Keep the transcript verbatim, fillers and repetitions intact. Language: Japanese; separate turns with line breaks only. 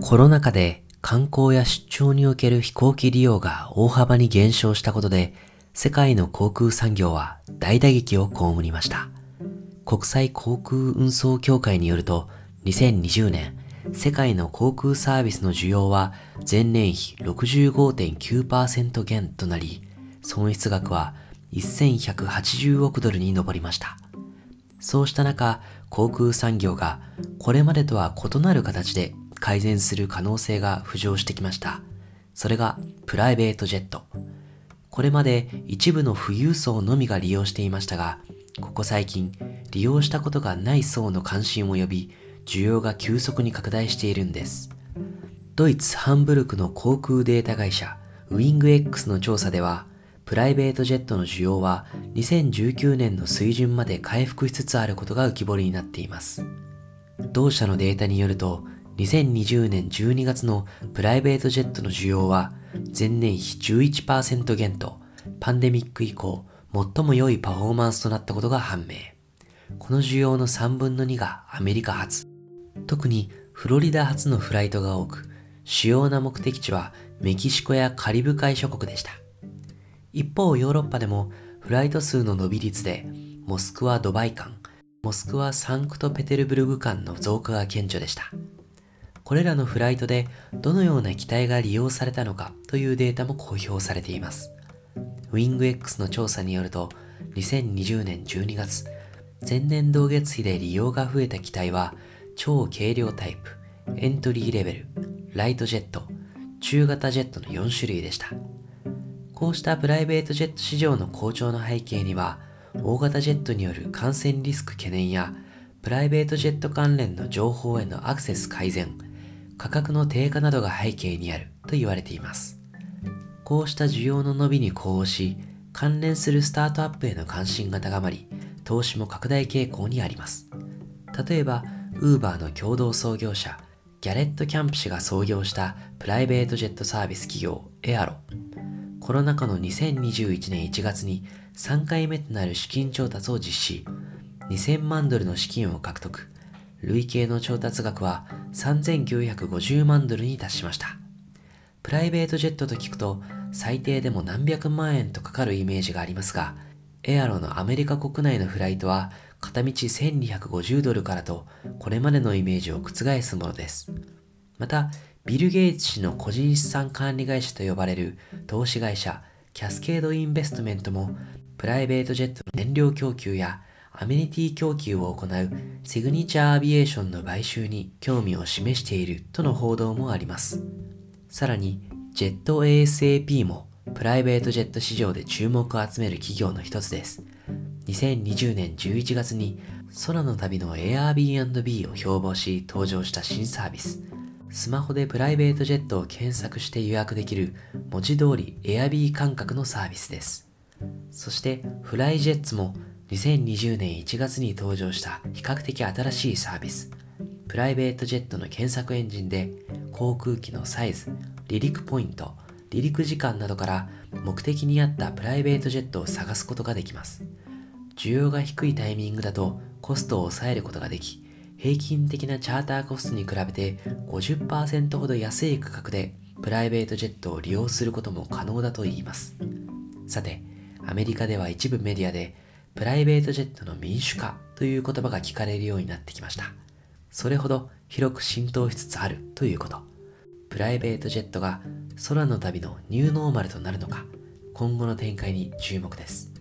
コロナ禍で観光や出張における飛行機利用が大幅に減少したことで、世界の航空産業は大打撃を被りました。国際航空運送協会によると、にせんにじゅうねん、世界の航空サービスの需要は前年比 ろくじゅうごてんきゅうパーセント 減となり、損失額はせんひゃくはちじゅうおくドルに上りました。そうした中、航空産業がこれまでとは異なる形で改善する可能性が浮上してきました。それがプライベートジェット。これまで一部の富裕層のみが利用していましたが、ここ最近利用したことがない層の関心を呼び、需要が急速に拡大しているんです。ドイツ・ハンブルクの航空データ会社ウィング X の調査では、プライベートジェットの需要はにせんじゅうきゅうねんの水準まで回復しつつあることが浮き彫りになっています。同社のデータによると、にせんにじゅうねんじゅうにがつのプライベートジェットの需要は前年比 じゅういちパーセント 減と、パンデミック以降最も良いパフォーマンスとなったことが判明。この需要のさんぶんのにがアメリカ発。特にフロリダ発のフライトが多く、主要な目的地はメキシコやカリブ海諸国でした。一方ヨーロッパでもフライト数の伸び率でモスクワ・ドバイ間、モスクワ・サンクトペテルブルグ間の増加が顕著でした。これらのフライトでどのような機体が利用されたのかというデータも公表されています。ウィング X の調査によると、にせんにじゅうねんじゅうにがつ、前年同月比で利用が増えた機体は、超軽量タイプ、エントリーレベル、ライトジェット、中型ジェットのよんしゅるいでした。こうしたプライベートジェット市場の好調の背景には、大型ジェットによる感染リスク懸念や、プライベートジェット関連の情報へのアクセス改善、価格の低下などが背景にあると言われています。こうした需要の伸びに呼応し、関連するスタートアップへの関心が高まり、投資も拡大傾向にあります。例えば、ウーバーの共同創業者、ギャレット・キャンプ氏が創業したプライベートジェットサービス企業、エアロ。コロナ禍のにせんにじゅういちねんいちがつにさんかいめとなる資金調達を実施、にせんまんドルの資金を獲得。累計の調達額はさんぜんきゅうひゃくごじゅうまんドルに達しました。プライベートジェットと聞くと最低でも何百万円とかかるイメージがありますが、エアロのアメリカ国内のフライトは片道せんにひゃくごじゅうドルからと、これまでのイメージを覆すものです。また、ビル・ゲイツ氏の個人資産管理会社と呼ばれる投資会社キャスケード・インベストメントも、プライベートジェットの燃料供給やアメニティ供給を行うシグニチャーアビエーションの買収に興味を示しているとの報道もあります。さらに、ジェット エーエスエーピー もプライベートジェット市場で注目を集める企業の一つです。にせんにじゅうねんじゅういちがつに空の旅の Airbnb を標榜し登場した新サービス。スマホでプライベートジェットを検索して予約できる文字通り Airb 感覚のサービスです。そしてフライジェッツもにせんにじゅうねんいちがつに登場した比較的新しいサービス。プライベートジェットの検索エンジンで航空機のサイズ、離陸ポイント、離陸時間などから目的に合ったプライベートジェットを探すことができます。需要が低いタイミングだとコストを抑えることができ、平均的なチャーターコストに比べて ごじゅっパーセント ほど安い価格でプライベートジェットを利用することも可能だといいます。さて、アメリカでは一部メディアでプライベートジェットの民主化という言葉が聞かれるようになってきました。それほど広く浸透しつつあるということ。プライベートジェットが空の旅のニューノーマルとなるのか、今後の展開に注目です。